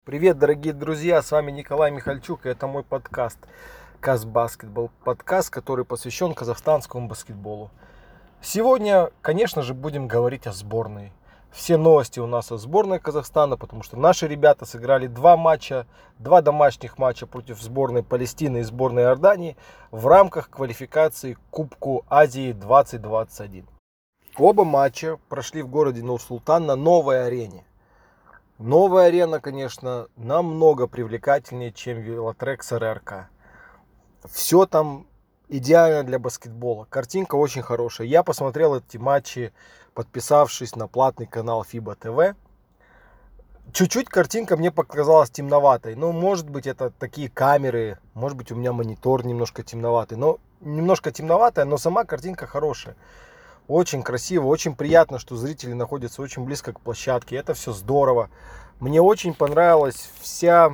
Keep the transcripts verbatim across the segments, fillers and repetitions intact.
Привет, дорогие друзья, с вами Николай Михальчук, и это мой подкаст «Казбаскетбол», подкаст, который посвящен казахстанскому баскетболу. Сегодня, конечно же, будем говорить о сборной. Все новости у нас о сборной Казахстана, потому что наши ребята сыграли два матча, два домашних матча против сборной Палестины и сборной Иордании в рамках квалификации к Кубку Азии двадцать двадцать один. Оба матча прошли в городе Нур-Султан на новой арене. Новая арена, конечно, намного привлекательнее, чем Велотрек РРК. Все там идеально для баскетбола. Картинка очень хорошая. Я посмотрел эти матчи, подписавшись на платный канал фиба тэ вэ. Чуть-чуть картинка мне показалась темноватой. Ну, может быть, это такие камеры, может быть, у меня монитор немножко темноватый. Но немножко темноватая, но сама картинка хорошая. Очень красиво, очень приятно, что зрители находятся очень близко к площадке. Это все здорово. Мне очень понравилась вся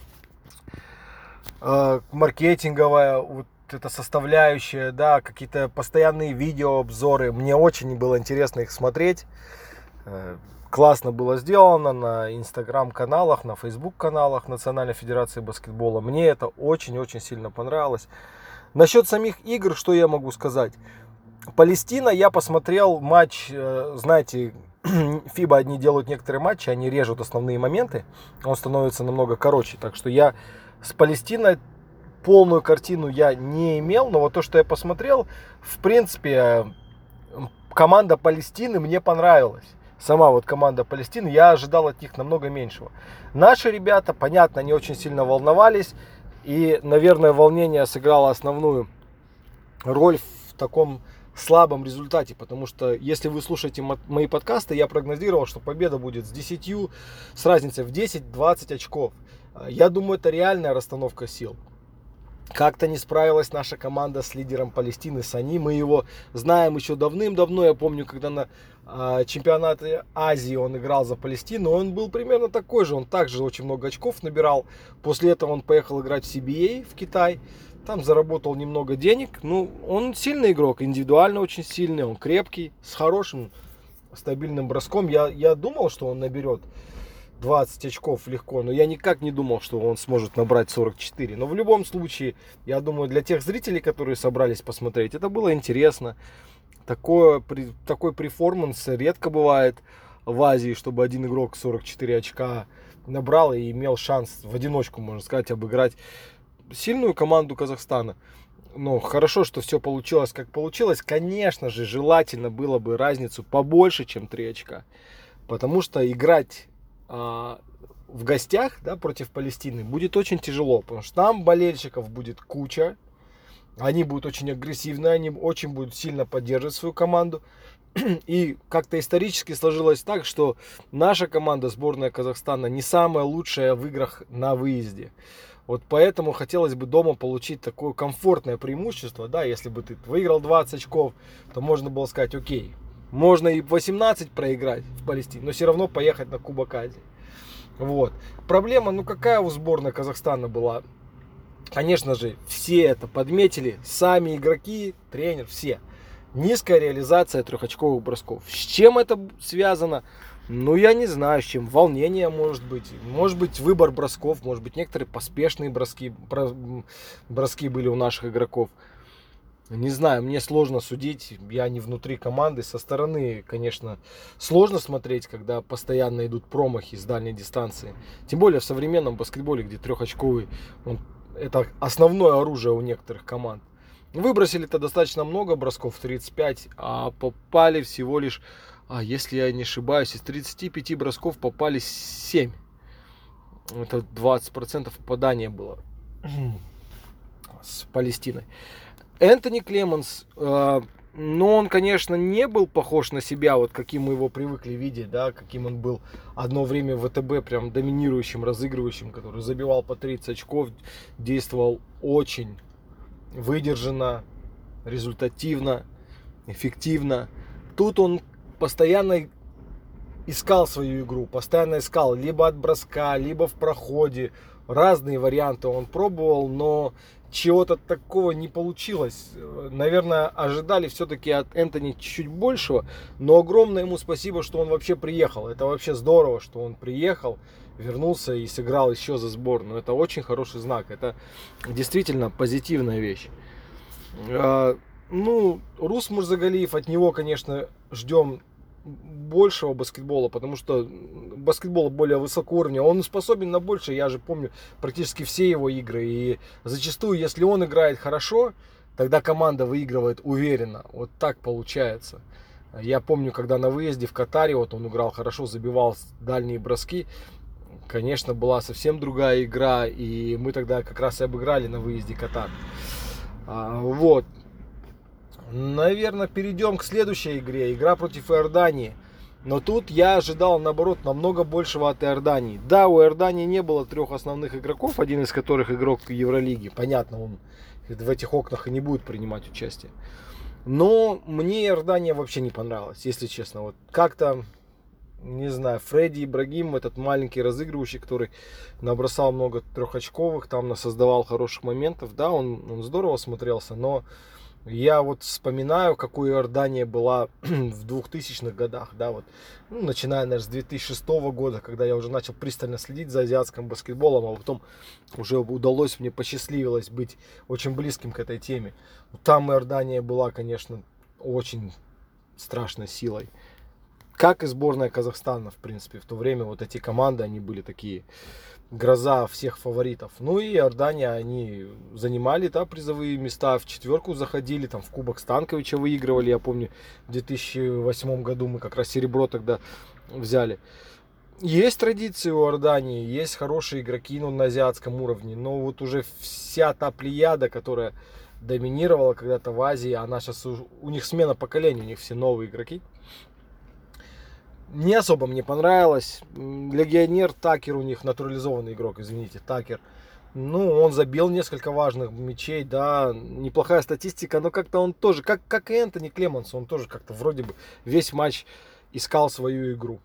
э, маркетинговая вот эта составляющая, да, какие-то постоянные видеообзоры. Мне очень было интересно их смотреть. Э, классно было сделано на инстаграм-каналах, на фейсбук-каналах Национальной Федерации Баскетбола. Мне это очень-очень сильно понравилось. Насчет самих игр, что я могу сказать? Палестина, я посмотрел матч, знаете, фиба одни делают некоторые матчи, они режут основные моменты, он становится намного короче, так что я с Палестиной полную картину я не имел, но вот то, что я посмотрел, в принципе, команда Палестины мне понравилась. Сама вот команда Палестины, я ожидал от них намного меньшего. Наши ребята, понятно, они очень сильно волновались, и, наверное, волнение сыграло основную роль в таком слабом результате, потому что если вы слушаете мои подкасты, я прогнозировал, что победа будет с десятью, с разницей в десять-двадцать очков. Я думаю, это реальная расстановка сил. Как-то не справилась наша команда с лидером Палестины, Сани. Мы его знаем еще давным-давно. Я помню, когда на э, чемпионате Азии он играл за Палестину, он был примерно такой же. Он также очень много очков набирал. После этого он поехал играть в си би эй в Китай. Там заработал немного денег. Ну, он сильный игрок, индивидуально очень сильный. Он крепкий, с хорошим стабильным броском. Я, я думал, что он наберет двадцать очков легко, но я никак не думал, что он сможет набрать сорок четыре. Но в любом случае, я думаю, для тех зрителей, которые собрались посмотреть, это было интересно. Такое, такой перформанс редко бывает в Азии, чтобы один игрок сорок четыре очка набрал и имел шанс в одиночку, можно сказать, обыграть сильную команду Казахстана. Ну, хорошо, что все получилось, как получилось. Конечно же, желательно было бы разницу побольше, чем три очка. Потому что играть а, в гостях, да, против Палестины будет очень тяжело. Потому что там болельщиков будет куча. Они будут очень агрессивны, они очень будут сильно поддерживать свою команду. И как-то исторически сложилось так, что наша команда, сборная Казахстана, не самая лучшая в играх на выезде. Вот поэтому хотелось бы дома получить такое комфортное преимущество. Да, если бы ты выиграл двадцать очков, то можно было сказать, окей, можно и восемнадцать проиграть в Палестине, но все равно поехать на Кубок Азии. Вот. Проблема, ну какая у сборной Казахстана была? Конечно же, все это подметили, сами игроки, тренер, все. Низкая реализация трехочковых бросков. С чем это связано? Ну, я не знаю, с чем. Волнение, может быть. Может быть, выбор бросков. Может быть, некоторые поспешные броски, броски были у наших игроков. Не знаю, мне сложно судить. Я не внутри команды. Со стороны, конечно, сложно смотреть, когда постоянно идут промахи с дальней дистанции. Тем более в современном баскетболе, где трехочковый, он, это основное оружие у некоторых команд. Выбросили-то достаточно много бросков, тридцать пять, а попали всего лишь, а если я не ошибаюсь, из тридцати пяти бросков попали семь. Это двадцать процентов попадания было с Палестиной. Энтони Клеменс, э, ну он, конечно, не был похож на себя, вот каким мы его привыкли видеть, да, каким он был одно время в ВТБ, прям доминирующим, разыгрывающим, который забивал по тридцать очков, действовал очень выдержанно, результативно, эффективно. Тут он постоянно искал свою игру, постоянно искал либо от броска, либо в проходе. Разные варианты он пробовал, но чего-то такого не получилось. Наверное, ожидали все-таки от Энтони чуть-чуть большего, но огромное ему спасибо, что он вообще приехал. Это вообще здорово, что он приехал. вернулся и сыграл еще за сборную. Это очень хороший знак. Это действительно позитивная вещь. Ну, Рус Мурзагалиев, от него, конечно, ждем большего баскетбола, потому что баскетбол более высокого уровня. Он способен на больше, я же помню практически все его игры. И зачастую, если он играет хорошо, тогда команда выигрывает уверенно. Вот так получается. Я помню, когда на выезде в Катаре, вот он играл хорошо, забивал дальние броски. Конечно, была совсем другая игра, и мы тогда как раз и обыграли на выезде Катар. А, вот. Наверное, перейдем к следующей игре. Игра против Иордании. Но тут я ожидал, наоборот, намного большего от Иордании. Да, у Иордании не было трех основных игроков, один из которых игрок Евролиги. Понятно, он в этих окнах и не будет принимать участие. Но мне Иордания вообще не понравилась, если честно. Вот как-то, не знаю, Фредди Ибрагим, этот маленький разыгрывающий, который набросал много трехочковых, там создавал хороших моментов. Да, он, он здорово смотрелся, но я вот вспоминаю, какой Иордания была в двухтысячных годах, да, вот, ну, начиная, наверное, с две тысячи шестого года, когда я уже начал пристально следить за азиатским баскетболом, а потом уже удалось, мне посчастливилось быть очень близким к этой теме. Там Иордания была, конечно, очень страшной силой. Как и сборная Казахстана, в принципе, в то время вот эти команды, они были такие, гроза всех фаворитов. Ну и Иордания, они занимали, да, призовые места, в четверку заходили, там в Кубок Станковича выигрывали, я помню, в две тысячи восьмом году мы как раз серебро тогда взяли. Есть традиции у Иордании, есть хорошие игроки, ну, на азиатском уровне, но вот уже вся та плеяда, которая доминировала когда-то в Азии, она сейчас, у, у них смена поколений, у них все новые игроки. Не особо мне понравилось. Легионер Такер у них, натурализованный игрок, извините, Такер. Ну, он забил несколько важных мячей, да, неплохая статистика, но как-то он тоже, как, как и Энтони Клеманс, он тоже как-то вроде бы весь матч искал свою игру.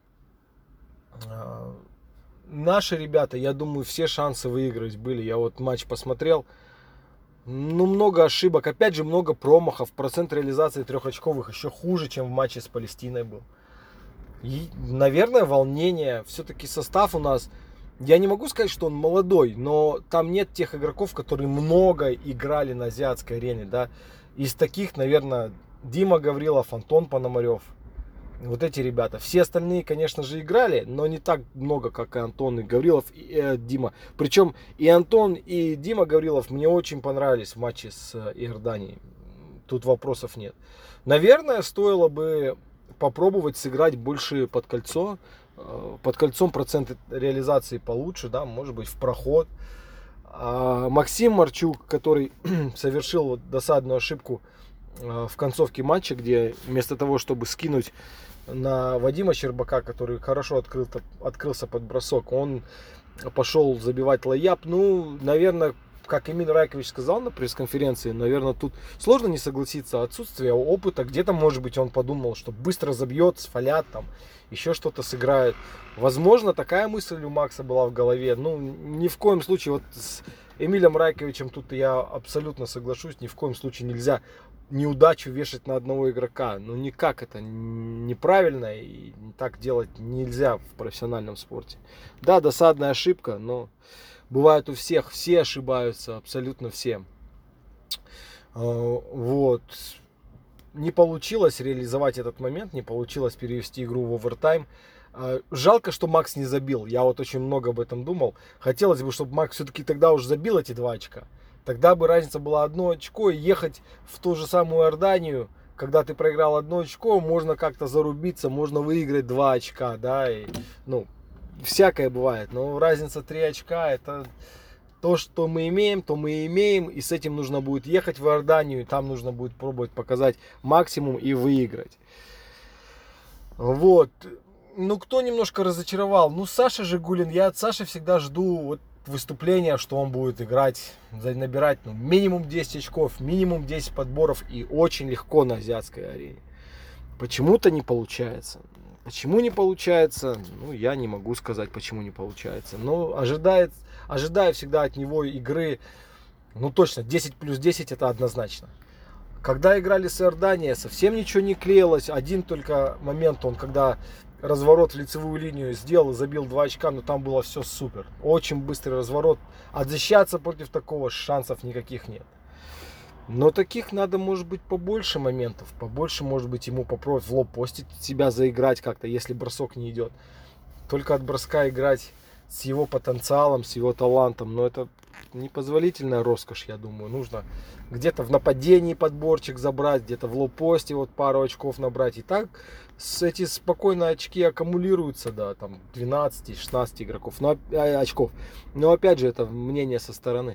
Наши ребята, я думаю, все шансы выиграть были. Я вот матч посмотрел. Ну, много ошибок, опять же, много промахов. Процент реализации трехочковых еще хуже, чем в матче с Палестиной был. И, наверное, волнение. Все-таки состав у нас, я не могу сказать, что он молодой, но там нет тех игроков, которые много играли на азиатской арене, да. Из таких, наверное, Дима Гаврилов, Антон Пономарев. Вот эти ребята. Все остальные, конечно же, играли, но не так много, как и Антон и Гаврилов, и э, Дима. Причем и Антон, и Дима Гаврилов мне очень понравились в матче с Иорданией. Тут вопросов нет. Наверное, стоило бы попробовать сыграть больше под кольцо. Под кольцом процент реализации получше, да, может быть, в проход. А Максим Марчук, который совершил досадную ошибку в концовке матча, где вместо того, чтобы скинуть на Вадима Щербака, который хорошо открыл, открылся под бросок, он пошел забивать лайап. Ну, наверное, как Эмиль Ракович сказал на пресс-конференции, наверное, тут сложно не согласиться. Отсутствие опыта. Где-то, может быть, он подумал, что быстро забьет, сфалят, там, еще что-то сыграет. Возможно, такая мысль у Макса была в голове. Ну, ни в коем случае, вот с Эмилем Раковичем тут я абсолютно соглашусь, ни в коем случае нельзя неудачу вешать на одного игрока. Ну, никак, это неправильно, и так делать нельзя в профессиональном спорте. Да, досадная ошибка, но бывает у всех, все ошибаются, абсолютно все. Вот. Не получилось реализовать этот момент, не получилось перевести игру в овертайм. Жалко, что Макс не забил. Я вот очень много об этом думал. Хотелось бы, чтобы Макс все-таки тогда уже забил эти два очка. Тогда бы разница была одно очко, и ехать в ту же самую Иорданию, когда ты проиграл одно очко, можно как-то зарубиться, можно выиграть два очка, да, и, ну, всякое бывает. Но разница три очка, это то, что мы имеем, то мы имеем, и с этим нужно будет ехать в Иорданию, и там нужно будет пробовать показать максимум и выиграть. Вот. Ну, кто немножко разочаровал? Ну, Саша Жигулин. Я от Саши всегда жду вот выступления, что он будет играть, набирать ну, минимум десять очков, минимум десять подборов и очень легко на азиатской арене. Почему-то не получается. Почему не получается? Ну, я не могу сказать, почему не получается. Но ожидает, ожидаю всегда от него игры, ну точно, десять плюс десять это однозначно. Когда играли с Иорданией, совсем ничего не клеилось. Один только момент, он когда разворот в лицевую линию сделал, забил два очка, но там было все супер. Очень быстрый разворот. А защищаться против такого шансов никаких нет. Но таких надо, может быть, побольше моментов. Побольше, может быть, ему попробовать в лоу-посте себя заиграть как-то, если бросок не идет. Только от броска играть с его потенциалом, с его талантом. Но это непозволительная роскошь, я думаю. Нужно где-то в нападении подборчик забрать, где-то в лоу-посте вот пару очков набрать. И так эти спокойно очки аккумулируются до там двенадцати-шестнадцати игроков, но, а, очков. Но опять же, это мнение со стороны.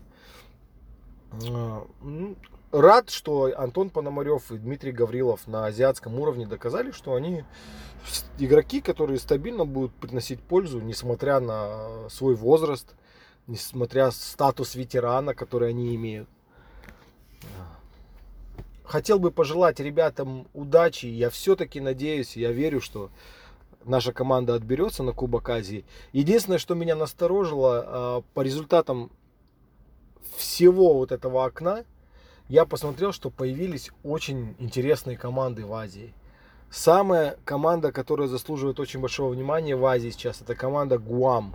Рад, что Антон Пономарев и Дмитрий Гаврилов на азиатском уровне доказали, что они игроки, которые стабильно будут приносить пользу, несмотря на свой возраст, несмотря на статус ветерана, который они имеют. Хотел бы пожелать ребятам удачи. Я все-таки надеюсь, я верю, что наша команда отберется на Кубок Азии. Единственное, что меня насторожило, по результатам всего вот этого окна, я посмотрел, что появились очень интересные команды в Азии. Самая команда, которая заслуживает очень большого внимания в Азии сейчас, это команда Гуам.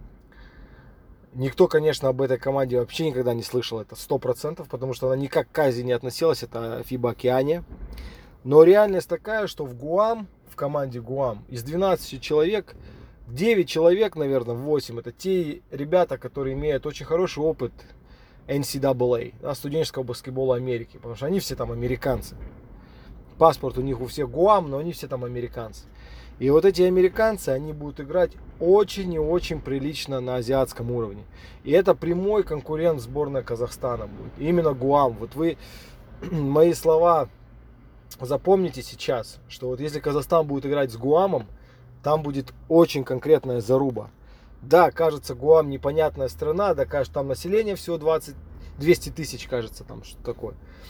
Никто, конечно, об этой команде вообще никогда не слышал, это сто процентов, потому что она никак к Азии не относилась, это фиба Океания. Но реальность такая, что в Гуам, в команде Гуам, из двенадцати человек, девять человек, наверное, восемь, это те ребята, которые имеют очень хороший опыт эн си эй эй, да, студенческого баскетбола Америки, потому что они все там американцы. Паспорт у них у всех Гуам, но они все там американцы. И вот эти американцы, они будут играть очень и очень прилично на азиатском уровне. И это прямой конкурент сборной Казахстана будет. Именно Гуам. Вот вы мои слова запомните сейчас, что вот если Казахстан будет играть с Гуамом, там будет очень конкретная заруба. Да, кажется, Гуам непонятная страна, да, кажется, там население всего двадцать, двести тысяч, кажется, там что-то такое.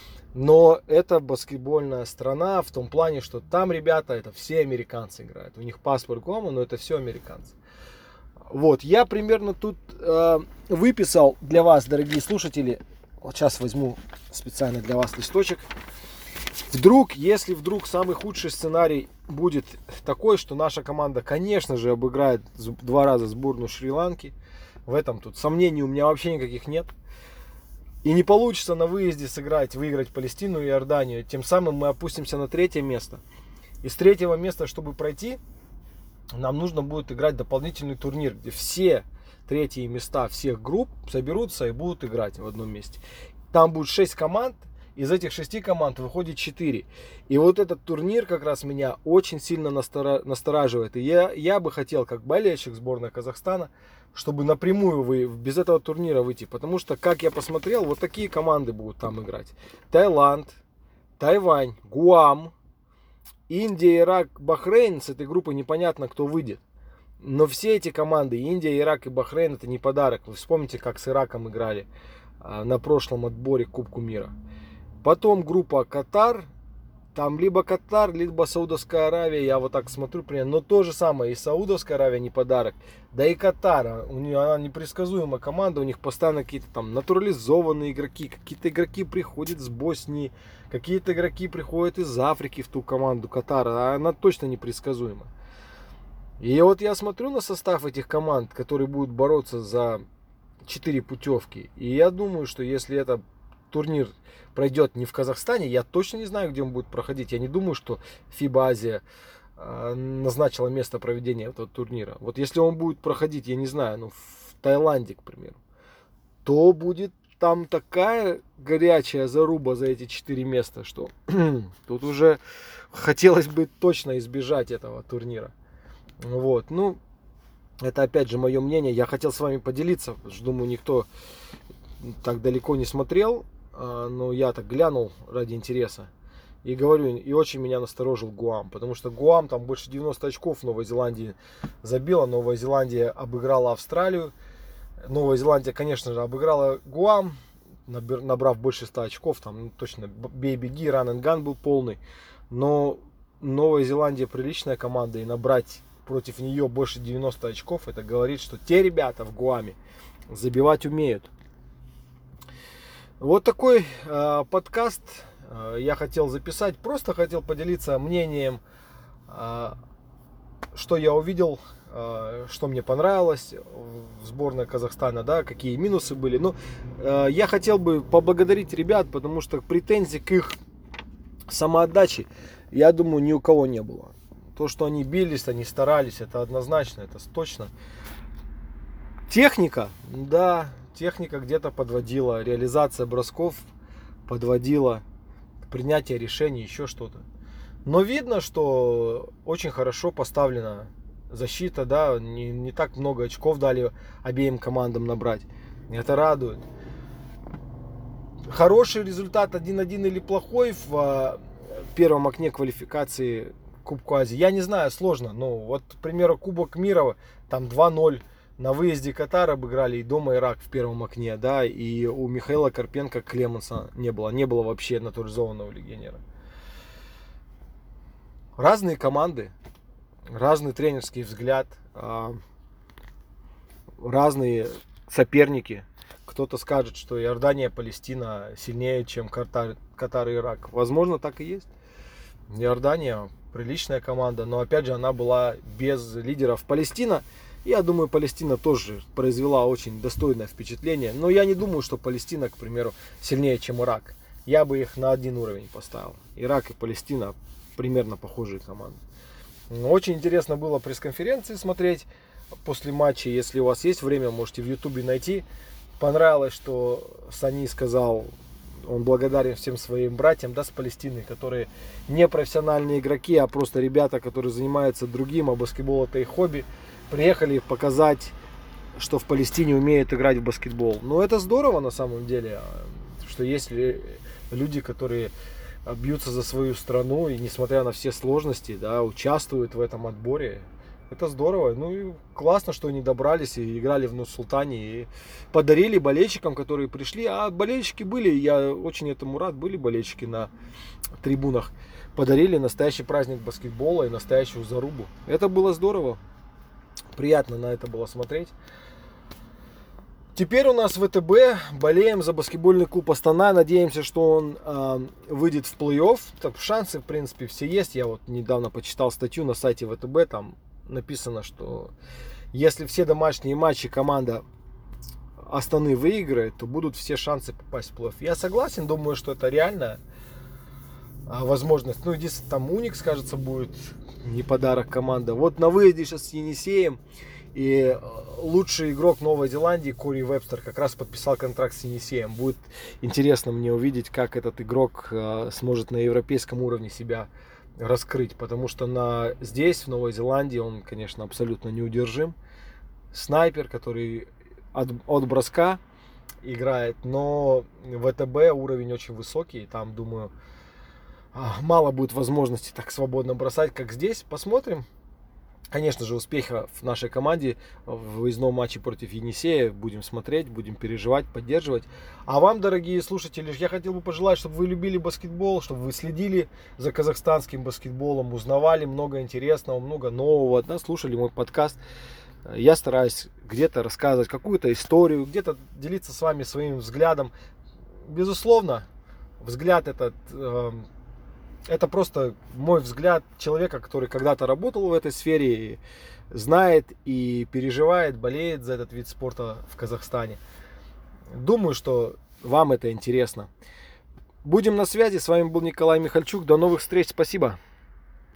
Но это баскетбольная страна в том плане, что там ребята, это все американцы играют. У них паспорт Гуама, но это все американцы. Вот, я примерно тут э, выписал для вас, дорогие слушатели, вот сейчас возьму специально для вас листочек. Вдруг, если вдруг самый худший сценарий будет такой, что наша команда, конечно же, обыграет два раза сборную Шри-Ланки, в этом тут сомнений у меня вообще никаких нет. И не получится на выезде сыграть, выиграть Палестину и Иорданию. Тем самым мы опустимся на третье место. И с третьего места, чтобы пройти, нам нужно будет играть дополнительный турнир, где все третьи места всех групп соберутся и будут играть в одном месте. Там будет шесть команд. Из этих шести команд выходит четыре. И вот этот турнир как раз меня очень сильно настораживает. И я, я бы хотел, как болельщик сборной Казахстана, чтобы напрямую вы без этого турнира выйти. Потому что, как я посмотрел, вот такие команды будут там играть. Таиланд, Тайвань, Гуам, Индия, Ирак, Бахрейн. С этой группы непонятно, кто выйдет. Но все эти команды, Индия, Ирак и Бахрейн, это не подарок. Вы вспомните, как с Ираком играли на прошлом отборе к Кубку мира. Потом группа Катар, там либо Катар, либо Саудовская Аравия, я вот так смотрю, примерно, но то же самое, и Саудовская Аравия не подарок, да и Катар, у нее она непредсказуемая команда, у них постоянно какие-то там натурализованные игроки, какие-то игроки приходят с Боснии, какие-то игроки приходят из Африки в ту команду Катара, а она точно непредсказуема. И вот я смотрю на состав этих команд, которые будут бороться за четыре путевки, и я думаю, что если это турнир пройдет не в Казахстане, я точно не знаю, где он будет проходить. Я не думаю, что фиба Азия назначила место проведения этого турнира. Вот если он будет проходить, я не знаю, ну, в Таиланде, к примеру, то будет там такая горячая заруба за эти четыре места, что тут уже хотелось бы точно избежать этого турнира. Вот, ну, это опять же мое мнение. Я хотел с вами поделиться, думаю, никто так далеко не смотрел. Но я так глянул ради интереса. И говорю, и очень меня насторожил Гуам. Потому что Гуам там больше девяноста очков в Новой Зеландии забила. Новая Зеландия обыграла Австралию. Новая Зеландия, конечно же, обыграла Гуам, набрав больше ста очков. Там ну, точно бей-беги, ран-н-ган был полный. Но Новая Зеландия приличная команда. И набрать против нее больше девяноста очков, это говорит, что те ребята в Гуаме забивать умеют. Вот такой э, подкаст э, я хотел записать. Просто хотел поделиться мнением э, что я увидел, что мне понравилось в сборной Казахстана, да, какие минусы были. Ну, я хотел бы поблагодарить ребят, потому что претензий к их самоотдаче, я думаю, ни у кого не было. То, что они бились, они старались, это однозначно, это точно. Техника, да, техника где-то подводила, реализация бросков подводила, принятие решений, еще что-то. Но видно, что очень хорошо поставлена защита, да, не, не так много очков дали обеим командам набрать. Это радует. Хороший результат один-один или плохой в первом окне квалификации Кубку Азии, я не знаю, сложно. Ну, вот, к примеру, Кубок мира, там два ноль на выезде Катар обыграли, и дома Ирак в первом окне, да, и у Михаила Карпенко Клеменса не было, не было вообще натурализованного легионера. Разные команды, разный тренерский взгляд, разные соперники. Кто-то скажет, что Иордания, Палестина сильнее, чем Катар, Катар и Ирак. Возможно, так и есть. Иордания приличная команда, но опять же она была без лидеров. Палестина, я думаю, Палестина тоже произвела очень достойное впечатление. Но я не думаю, что Палестина, к примеру, сильнее, чем Ирак. Я бы их на один уровень поставил. Ирак и Палестина примерно похожие команды. Очень интересно было пресс-конференции смотреть после матча. Если у вас есть время, можете в Ютубе найти. Понравилось, что Сани сказал, он благодарен всем своим братьям, да, с Палестины, которые не профессиональные игроки, а просто ребята, которые занимаются другим, а баскетбол это их хобби, приехали показать, что в Палестине умеют играть в баскетбол. Но это здорово на самом деле, что есть люди, которые бьются за свою страну и, несмотря на все сложности, да, участвуют в этом отборе. Это здорово. Ну и классно, что они добрались и играли в Нур-Султане и подарили болельщикам, которые пришли. А болельщики были, я очень этому рад, были болельщики на трибунах. Подарили настоящий праздник баскетбола и настоящую зарубу. Это было здорово. Приятно на это было смотреть. Теперь у нас ВТБ. Болеем за баскетбольный клуб Астана. Надеемся, что он э, выйдет в плей-офф. Так, шансы, в принципе, все есть. Я вот недавно почитал статью на сайте ВТБ. Там написано, что если все домашние матчи команда Астаны выиграет, то будут все шансы попасть в плей-офф. Я согласен, думаю, что это реальная возможность. Ну, единственное, там Уникс, кажется, будет не подарок команда. Вот на выезде сейчас с Енисеем. И лучший игрок Новой Зеландии Кори Вебстер как раз подписал контракт с Енисеем. Будет интересно мне увидеть, как этот игрок сможет на европейском уровне себя раскрыть. Потому что на, здесь, в Новой Зеландии, он, конечно, абсолютно неудержим. Снайпер, который от, от броска играет. Но в ВТБ уровень очень высокий. Там, думаю, мало будет возможности так свободно бросать, как здесь. Посмотрим. Конечно же, успеха в нашей команде в выездном матче против Енисея. Будем смотреть, будем переживать, поддерживать. А вам, дорогие слушатели, я хотел бы пожелать, чтобы вы любили баскетбол, чтобы вы следили за казахстанским баскетболом, узнавали много интересного, много нового, да, слушали мой подкаст. Я стараюсь где-то рассказывать какую-то историю, где-то делиться с вами своим взглядом. Безусловно, взгляд этот... Э, Это просто мой взгляд человека, который когда-то работал в этой сфере, знает и переживает, болеет за этот вид спорта в Казахстане. Думаю, что вам это интересно. Будем на связи. С вами был Николай Михальчук. До новых встреч. Спасибо.